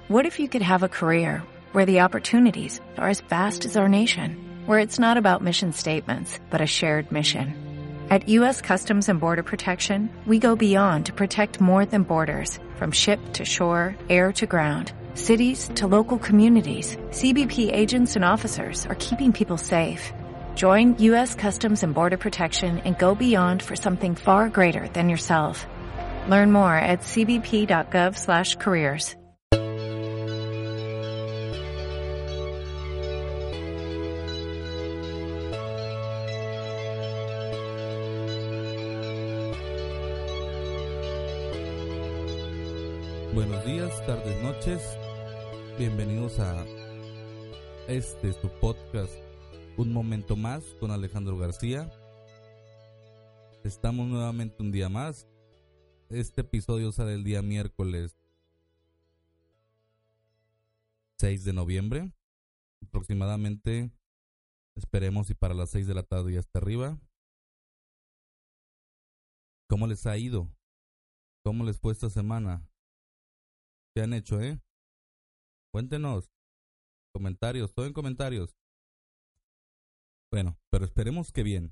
What if you could have a career where the opportunities are as vast as our nation, where it's not about mission statements, but a shared mission? At U.S. Customs and Border Protection, we go beyond to protect more than borders. From ship to shore, air to ground, cities to local communities, CBP agents and officers are keeping people safe. Join U.S. Customs and Border Protection and go beyond for something far greater than yourself. Learn more at cbp.gov/careers. Buenos días, tardes, noches. Bienvenidos a su podcast, Un Momento Más, con Alejandro García. Estamos nuevamente un día más. Este episodio sale el día miércoles 6 de noviembre. Aproximadamente, esperemos y para las 6 de la tarde ya está arriba. ¿Cómo les ha ido? ¿Cómo les fue esta semana? ¿Qué han hecho, Cuéntenos. Comentarios, todo en comentarios. Bueno, pero esperemos que bien.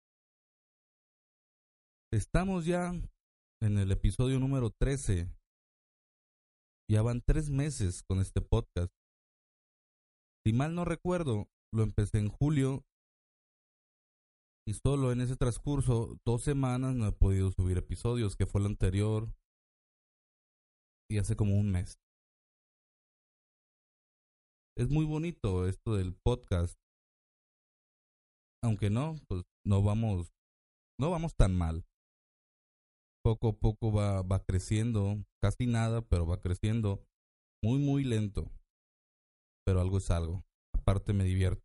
Estamos ya en el episodio número 13. Ya van 3 meses con este podcast. Si mal no recuerdo, lo empecé en julio. Y solo en ese transcurso, 2 semanas no he podido subir episodios, que fue lo anterior. Y hace como un mes. Es muy bonito esto del podcast. Aunque no, pues no vamos tan mal. Poco a poco va creciendo, casi nada, pero va creciendo. Muy, muy lento. Pero algo es algo. Aparte me divierte.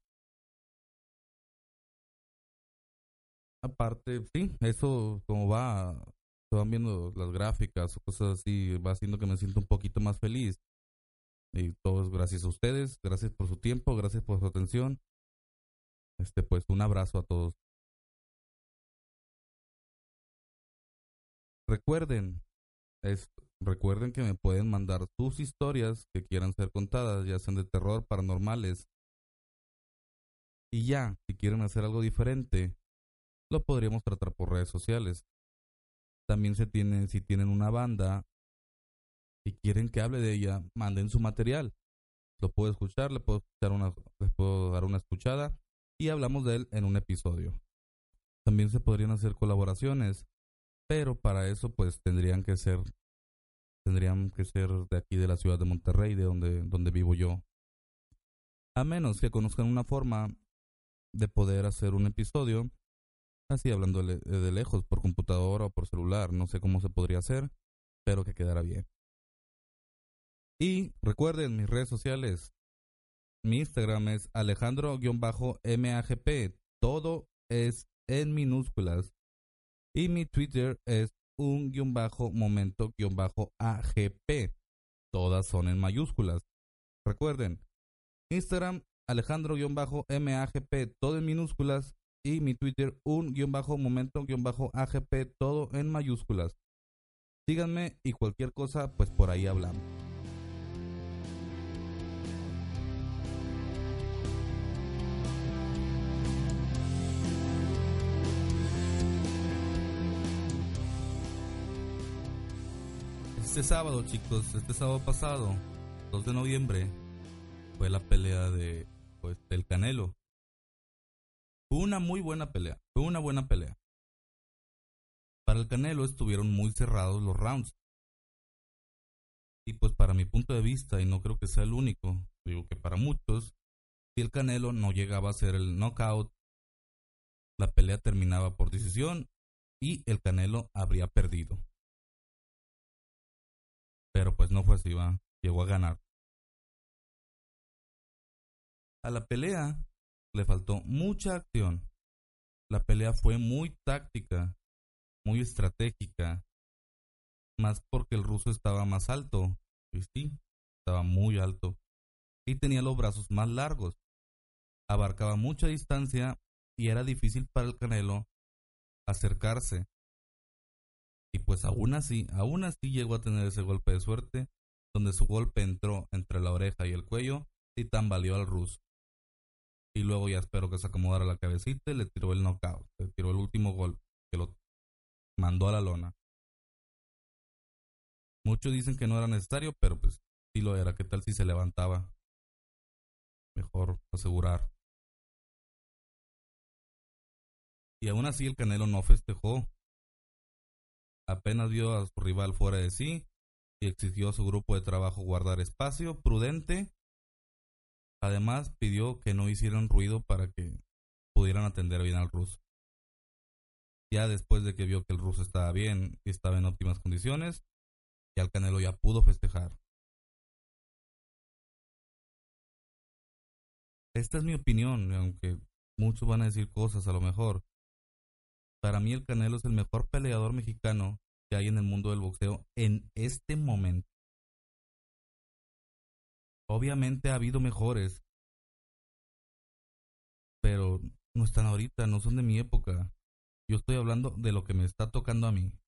Aparte, sí, eso como se van viendo las gráficas o cosas así, va haciendo que me sienta un poquito más feliz. Y todo es gracias a ustedes, gracias por su tiempo, gracias por su atención. Pues un abrazo a todos. Recuerden que me pueden mandar sus historias que quieran ser contadas, ya sean de terror, paranormales. Y ya, si quieren hacer algo diferente, lo podríamos tratar por redes sociales. También si tienen una banda y quieren que hable de ella, manden su material. Lo puedo escuchar, les puedo dar una escuchada y hablamos de él en un episodio. También se podrían hacer colaboraciones, pero para eso pues tendrían que ser de aquí de la ciudad de Monterrey, de donde vivo yo. A menos que conozcan una forma de poder hacer un episodio así hablando de lejos, por computadora o por celular. No sé cómo se podría hacer, pero que quedara bien. Y recuerden mis redes sociales. Mi Instagram es Alejandro-MAGP. Todo es en minúsculas. Y mi Twitter es un-momento-AGP. Todas son en mayúsculas. Recuerden, Instagram Alejandro-MAGP, todo en minúsculas. Y mi Twitter, un-momento-AGP, todo en mayúsculas. Síganme y cualquier cosa, pues por ahí hablamos. Este sábado, chicos, sábado pasado, 2 de noviembre, fue la pelea del Canelo. Fue una buena pelea. Para el Canelo estuvieron muy cerrados los rounds. Y pues para mi punto de vista, y no creo que sea el único, digo que para muchos, si el Canelo no llegaba a hacer el knockout, la pelea terminaba por decisión y el Canelo habría perdido. Pero pues no fue así, llegó a ganar. A la pelea le faltó mucha acción. La pelea fue muy táctica, muy estratégica, más porque el ruso estaba más alto, y sí, estaba muy alto, y tenía los brazos más largos, abarcaba mucha distancia y era difícil para el Canelo acercarse. Y pues aún así llegó a tener ese golpe de suerte donde su golpe entró entre la oreja y el cuello y tambaleó al ruso. Y luego ya espero que se acomodara la cabecita y le tiró el knockout, le tiró el último golpe, que lo mandó a la lona. Muchos dicen que no era necesario, pero pues sí lo era. ¿Qué tal si se levantaba? Mejor asegurar. Y aún así el Canelo no festejó. Apenas vio a su rival fuera de sí y exigió a su grupo de trabajo guardar espacio prudente. Además pidió que no hicieran ruido para que pudieran atender bien al ruso. Ya después de que vio que el ruso estaba bien y estaba en óptimas condiciones, ya el Canelo ya pudo festejar. Esta es mi opinión, aunque muchos van a decir cosas a lo mejor. Para mí el Canelo es el mejor peleador mexicano que hay en el mundo del boxeo en este momento. Obviamente ha habido mejores, pero no están ahorita, no son de mi época. Yo estoy hablando de lo que me está tocando a mí.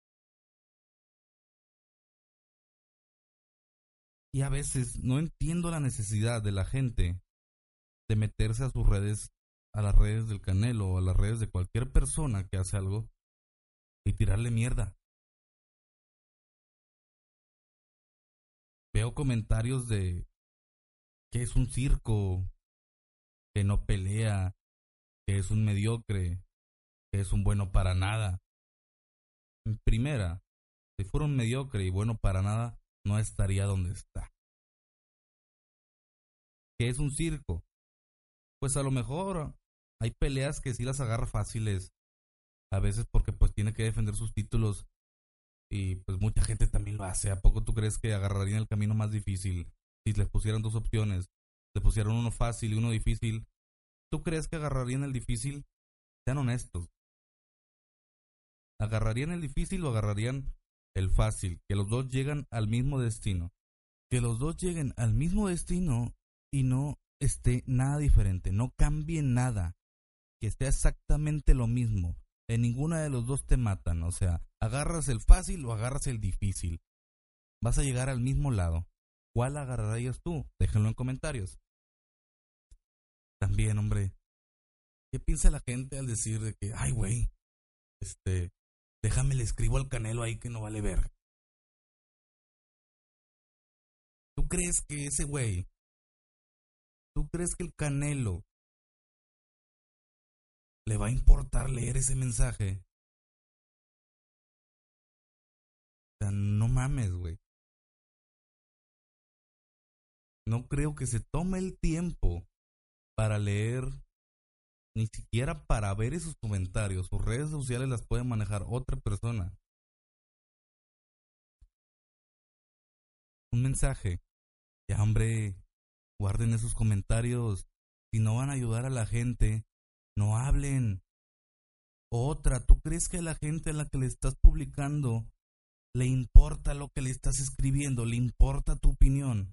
Y a veces no entiendo la necesidad de la gente de meterse a sus redes, a las redes del Canelo o a las redes de cualquier persona que hace algo y tirarle mierda. Veo comentarios de que es un circo, que no pelea, que es un mediocre, que es un bueno para nada. En primera, si fuera un mediocre y bueno para nada, no estaría donde está. ¿Qué es un circo? Pues a lo mejor hay peleas que sí las agarra fáciles, a veces porque pues tiene que defender sus títulos y pues mucha gente también lo hace. ¿A poco tú crees que agarrarían el camino más difícil si les pusieran dos opciones? Le pusieron uno fácil y uno difícil. ¿Tú crees que agarrarían el difícil? Sean honestos. ¿Agarrarían el difícil o agarrarían el fácil? Que los dos llegan al mismo destino. Que los dos lleguen al mismo destino y no esté nada diferente, no cambie nada, que esté exactamente lo mismo. En ninguna de los dos te matan, o sea, agarras el fácil o agarras el difícil. Vas a llegar al mismo lado. ¿Cuál agarrarías tú? Déjenlo en comentarios. También, hombre, ¿qué piensa la gente al decir de que, ay, güey, déjame le escribo al Canelo ahí que no vale verga? ¿Tú crees que ese güey, tú crees que el Canelo le va a importar leer ese mensaje? O sea, no mames, güey. No creo que se tome el tiempo para leer, ni siquiera para ver esos comentarios. Sus redes sociales las puede manejar otra persona. Un mensaje. Ya, hombre, guarden esos comentarios. Si no van a ayudar a la gente, no hablen. Otra, ¿tú crees que a la gente a la que le estás publicando le importa lo que le estás escribiendo? ¿Le importa tu opinión?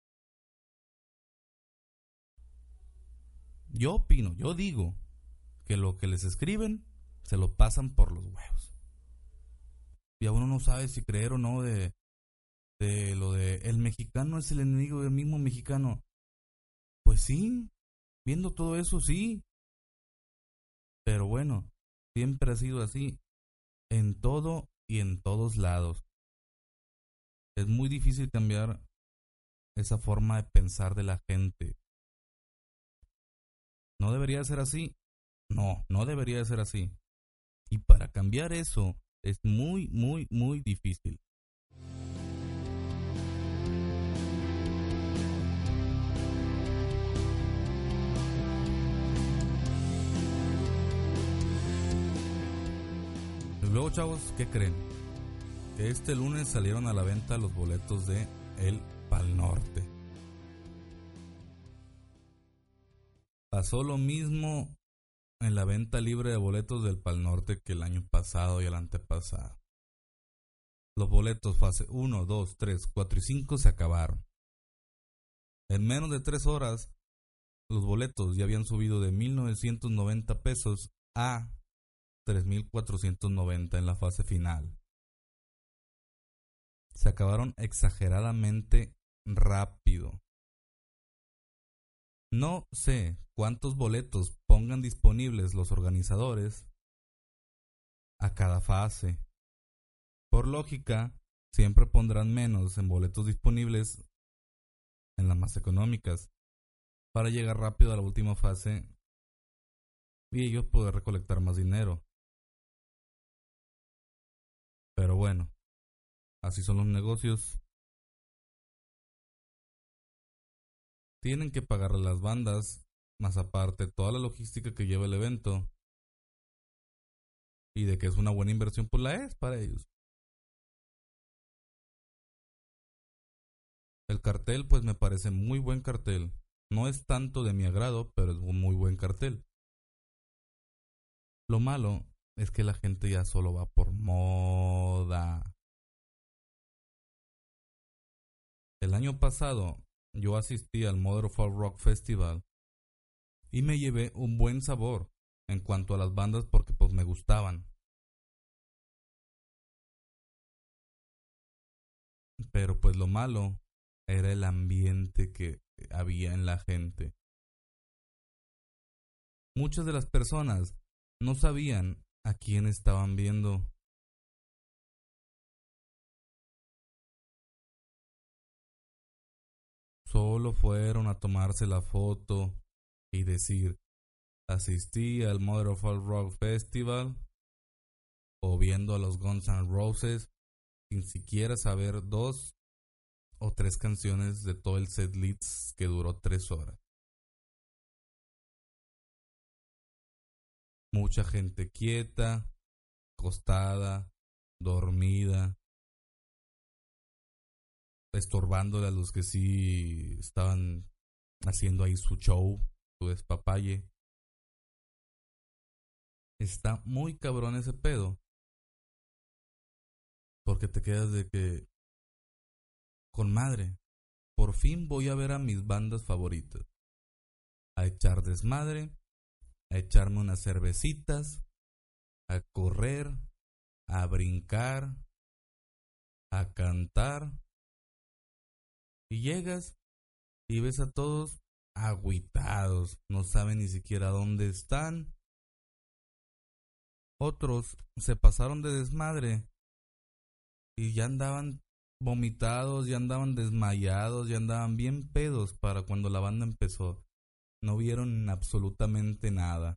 Yo opino, yo digo que lo que les escriben se lo pasan por los huevos. Y a uno no sabe si creer o no de lo de el mexicano es el enemigo del mismo mexicano. Pues sí, viendo todo eso sí. Pero bueno, siempre ha sido así, en todo y en todos lados. Es muy difícil cambiar esa forma de pensar de la gente. ¿No debería ser así? No, no debería ser así. Y para cambiar eso es muy, muy, muy difícil. Y luego, chavos, ¿qué creen? Que este lunes salieron a la venta los boletos de El Pal Norte. Pasó lo mismo en la venta libre de boletos del Pal Norte que el año pasado y el antepasado. Los boletos fase 1, 2, 3, 4 y 5 se acabaron. En menos de 3 horas, los boletos ya habían subido de 1,990 pesos a 3,490 en la fase final. se acabaron exageradamente rápido. No sé cuántos boletos pongan disponibles los organizadores a cada fase. Por lógica, siempre pondrán menos en boletos disponibles en las más económicas para llegar rápido a la última fase y ellos poder recolectar más dinero. Pero bueno, así son los negocios. Tienen que pagarle a las bandas, más aparte toda la logística que lleva el evento. Y de que es una buena inversión, pues la es para ellos. El cartel, pues me parece muy buen cartel. No es tanto de mi agrado, pero es un muy buen cartel. Lo malo es que la gente ya solo va por moda. El año pasado yo asistí al Mother of All Rock Festival y me llevé un buen sabor en cuanto a las bandas porque pues me gustaban. Pero pues lo malo era el ambiente que había en la gente. Muchas de las personas no sabían a quién estaban viendo. Solo fueron a tomarse la foto y decir, asistí al Mother of All Rock Festival o viendo a los Guns N' Roses sin siquiera saber 2 o 3 canciones de todo el setlist que duró 3 horas. Mucha gente quieta, acostada, dormida, estorbándole a los que sí estaban haciendo ahí su show, su despapalle. Está muy cabrón ese pedo, porque te quedas de que, con madre, por fin voy a ver a mis bandas favoritas, a echar desmadre, a echarme unas cervecitas, a correr, a brincar, a cantar. Y llegas y ves a todos agüitados, no saben ni siquiera dónde están. Otros se pasaron de desmadre y ya andaban vomitados, ya andaban desmayados, ya andaban bien pedos para cuando la banda empezó. No vieron absolutamente nada.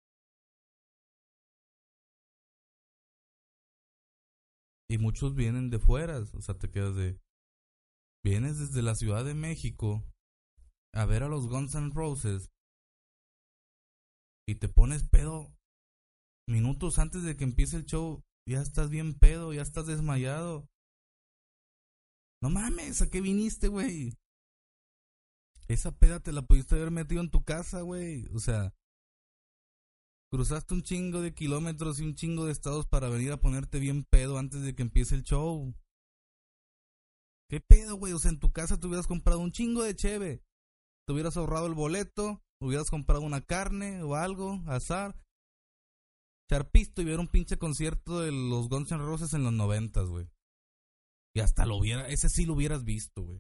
Y muchos vienen de fuera, o sea, te quedas de... Vienes desde la Ciudad de México a ver a los Guns N' Roses y te pones pedo minutos antes de que empiece el show. Ya estás bien pedo, ya estás desmayado. No mames, ¿a qué viniste, güey? Esa peda te la pudiste haber metido en tu casa, güey. O sea, cruzaste un chingo de kilómetros y un chingo de estados para venir a ponerte bien pedo antes de que empiece el show. ¿Qué pedo, güey? O sea, en tu casa te hubieras comprado un chingo de cheve. Te hubieras ahorrado el boleto, hubieras comprado una carne o algo, azar. Echar pisto y ver un pinche concierto de los Guns N' Roses en los 90s, güey. Y hasta ese sí lo hubieras visto, güey.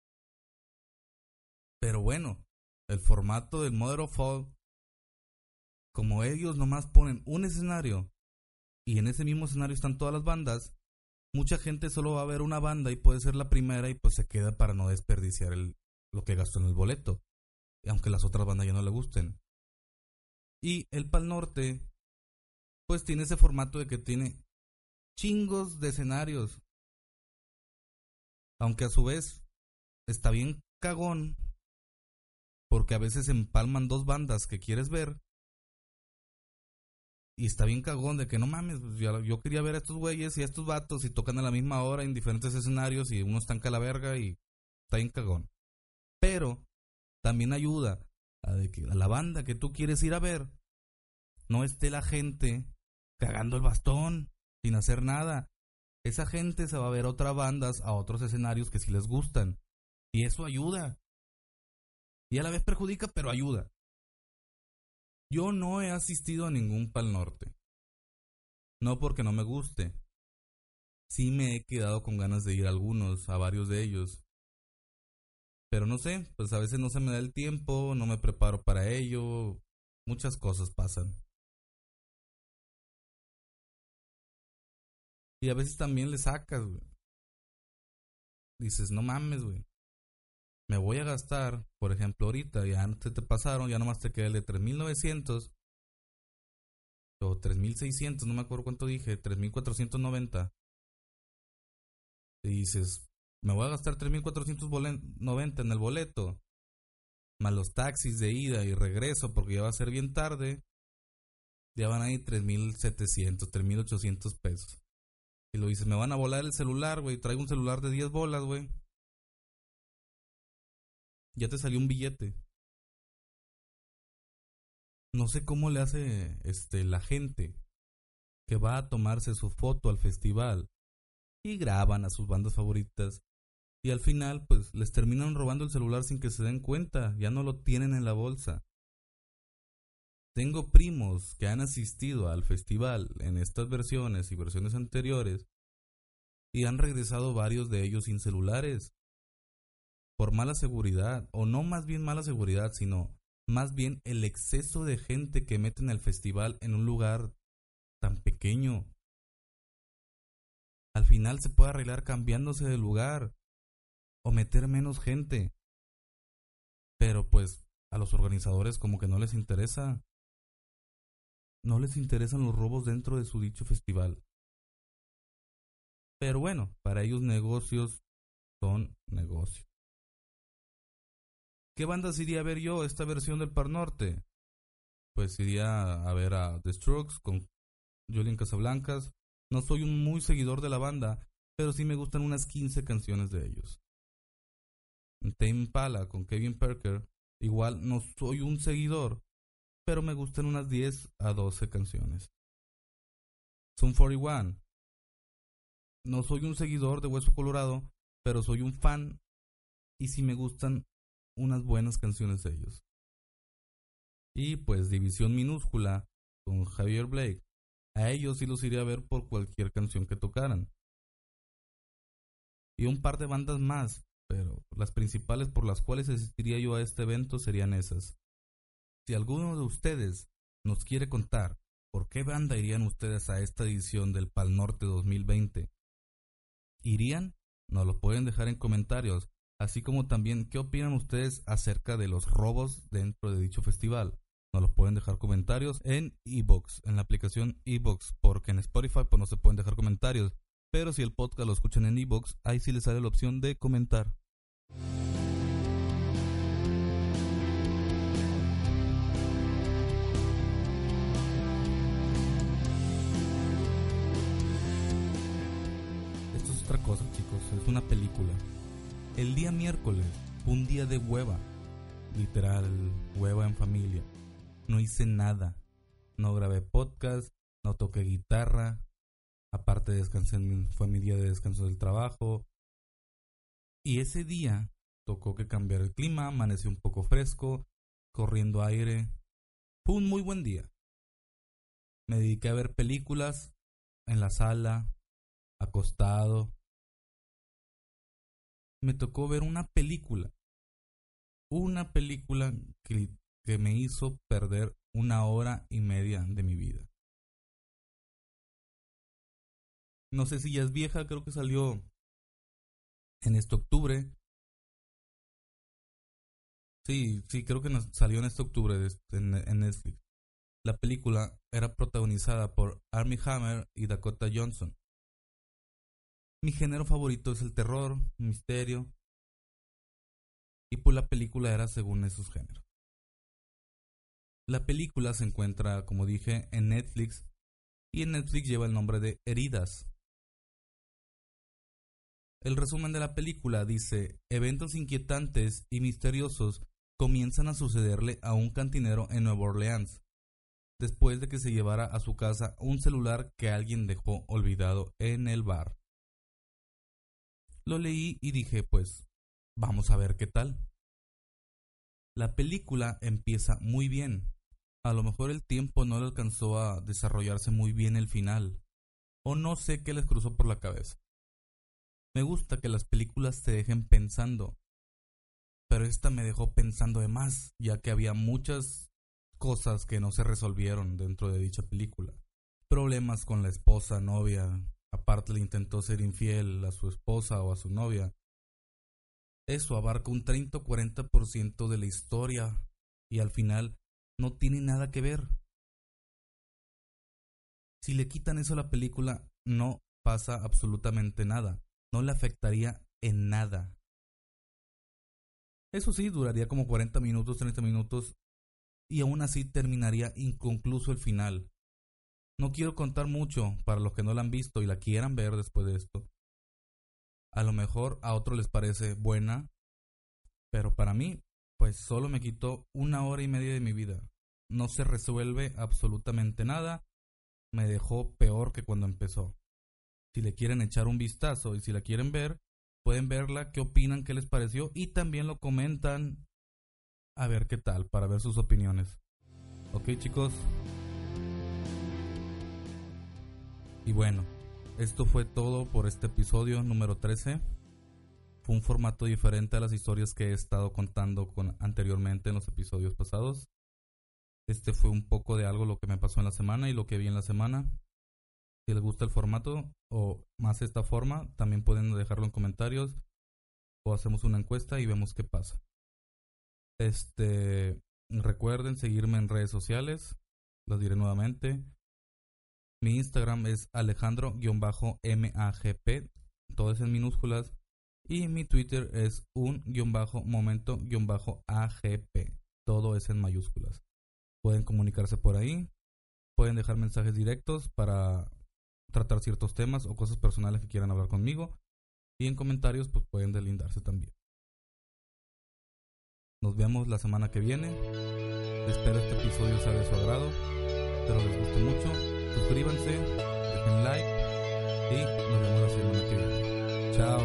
Pero bueno, el formato del Mother of All, como ellos nomás ponen un escenario y en ese mismo escenario están todas las bandas, mucha gente solo va a ver una banda y puede ser la primera y pues se queda para no desperdiciar lo que gastó en el boleto, aunque las otras bandas ya no le gusten. Y el Pal Norte pues tiene ese formato de que tiene chingos de escenarios, aunque a su vez está bien cagón porque a veces empalman 2 bandas que quieres ver y está bien cagón de que no mames, pues yo quería ver a estos güeyes y a estos vatos y tocan a la misma hora en diferentes escenarios y uno estanca la verga y está bien cagón. Pero también ayuda a de que a la banda que tú quieres ir a ver no esté la gente cagando el bastón sin hacer nada. Esa gente se va a ver a otras bandas, a otros escenarios que sí les gustan. Y eso ayuda. Y a la vez perjudica, pero ayuda. Yo no he asistido a ningún Pal Norte. No porque no me guste, sí me he quedado con ganas de ir a varios de ellos. Pero no sé, pues a veces no se me da el tiempo, no me preparo para ello, muchas cosas pasan. Y a veces también le sacas, güey. Dices, no mames, güey. Me voy a gastar, por ejemplo, ahorita, ya no te pasaron, ya nomás te queda el de 3,900 o 3,600, no me acuerdo cuánto dije, 3,490. Y dices, me voy a gastar 3,490 en el boleto, más los taxis de ida y regreso, porque ya va a ser bien tarde, ya van a ir 3,700, 3,800 pesos. Y lo dices, me van a volar el celular, güey, traigo un celular de 10 bolas, güey. Ya te salió un billete. No sé cómo le hace la gente que va a tomarse su foto al festival y graban a sus bandas favoritas y al final pues les terminan robando el celular sin que se den cuenta, ya no lo tienen en la bolsa. Tengo primos que han asistido al festival en estas versiones y versiones anteriores y han regresado varios de ellos sin celulares por mala seguridad, o no más bien mala seguridad, sino más bien el exceso de gente que meten al festival en un lugar tan pequeño. Al final se puede arreglar cambiándose de lugar o meter menos gente, pero pues a los organizadores como que no les interesa. No les interesan los robos dentro de su dicho festival. Pero bueno, para ellos negocios son negocios. ¿Qué bandas iría a ver yo esta versión del Par Norte? Pues iría a ver a The Strokes con Julian Casablancas. No soy un muy seguidor de la banda, pero sí me gustan unas 15 canciones de ellos. Tame Impala con Kevin Parker. Igual no soy un seguidor, pero me gustan unas 10 a 12 canciones. Sum 41. No soy un seguidor de Hueso Colorado, pero soy un fan y sí me gustan unas buenas canciones de ellos. Y pues División Minúscula con Javier Blake. A ellos sí los iría a ver por cualquier canción que tocaran. Y un par de bandas más, pero las principales por las cuales asistiría yo a este evento serían esas. Si alguno de ustedes nos quiere contar por qué banda irían ustedes a esta edición del Pal Norte 2020, ¿irían? Nos lo pueden dejar en comentarios, así como también qué opinan ustedes acerca de los robos dentro de dicho festival. Nos lo pueden dejar comentarios en iVoox, en la aplicación iVoox, porque en Spotify pues no se pueden dejar comentarios, pero si el podcast lo escuchan en iVoox, ahí sí les sale la opción de comentar. Esto es otra cosa, chicos, es una película. El día miércoles fue un día de hueva, literal, hueva en familia. No hice nada, no grabé podcast, no toqué guitarra, aparte descansé, fue mi día de descanso del trabajo. Y ese día tocó que cambiar el clima, amaneció un poco fresco, corriendo aire. Fue un muy buen día. Me dediqué a ver películas en la sala, acostado. Me tocó ver una película que me hizo perder 1 hora y media de mi vida. No sé si ya es vieja, creo que salió en este octubre. Sí, creo que salió en este octubre en Netflix. La película era protagonizada por Armie Hammer y Dakota Johnson. Mi género favorito es el terror, misterio, y pues la película era según esos géneros. La película se encuentra, como dije, en Netflix, y en Netflix lleva el nombre de Heridas. El resumen de la película dice: eventos inquietantes y misteriosos comienzan a sucederle a un cantinero en Nueva Orleans, después de que se llevara a su casa un celular que alguien dejó olvidado en el bar. Lo leí y dije, pues, vamos a ver qué tal. La película empieza muy bien. A lo mejor el tiempo no le alcanzó a desarrollarse muy bien el final, O no sé qué les cruzó por la cabeza. Me gusta que las películas te dejen pensando, pero esta me dejó pensando de más, ya que había muchas cosas que no se resolvieron dentro de dicha película. Problemas con la esposa, novia, aparte le intentó ser infiel a su esposa o a su novia. Eso abarca un 30 o 40% de la historia y al final no tiene nada que ver. Si le quitan eso a la película, no pasa absolutamente nada. No le afectaría en nada. Eso sí, duraría como 40 minutos, 30 minutos y aún así terminaría inconcluso el final. No quiero contar mucho para los que no la han visto y la quieran ver después de esto. A lo mejor a otros les parece buena, pero para mí, pues solo me quitó 1 hora y media de mi vida. No se resuelve absolutamente nada. Me dejó peor que cuando empezó. Si le quieren echar un vistazo y si la quieren ver, pueden verla, qué opinan, qué les pareció y también lo comentan a ver qué tal, para ver sus opiniones. Ok, chicos. Y bueno, esto fue todo por este episodio número 13. Fue un formato diferente a las historias que he estado contando anteriormente en los episodios pasados. Este fue un poco de algo lo que me pasó en la semana y lo que vi en la semana. Si les gusta el formato o más esta forma, también pueden dejarlo en comentarios o hacemos una encuesta y vemos qué pasa. Recuerden seguirme en redes sociales, los diré nuevamente. Mi Instagram es Alejandro-MAGP, todo es en minúsculas. Y mi Twitter es un-momento-AGP, todo es en mayúsculas. Pueden comunicarse por ahí, pueden dejar mensajes directos para tratar ciertos temas o cosas personales que quieran hablar conmigo. Y en comentarios pues pueden deslindarse también. Nos vemos la semana que viene. Espero este episodio sea de su agrado. Espero les guste mucho. Suscríbanse, dejen like y nos vemos la semana que viene. Chao.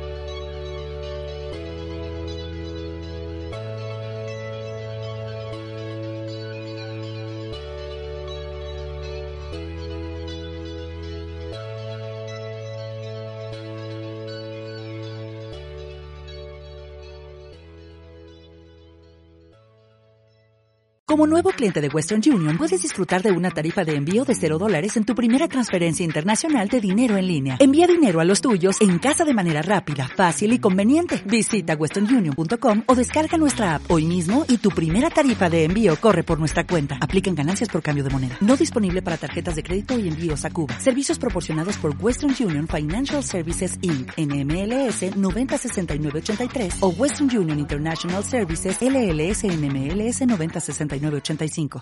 Como nuevo cliente de Western Union, puedes disfrutar de una tarifa de envío de $0 en tu primera transferencia internacional de dinero en línea. Envía dinero a los tuyos en casa de manera rápida, fácil y conveniente. Visita westernunion.com o descarga nuestra app hoy mismo y tu primera tarifa de envío corre por nuestra cuenta. Aplican ganancias por cambio de moneda. No disponible para tarjetas de crédito y envíos a Cuba. Servicios proporcionados por Western Union Financial Services Inc. NMLS 906983 o Western Union International Services LLS NMLS 906985.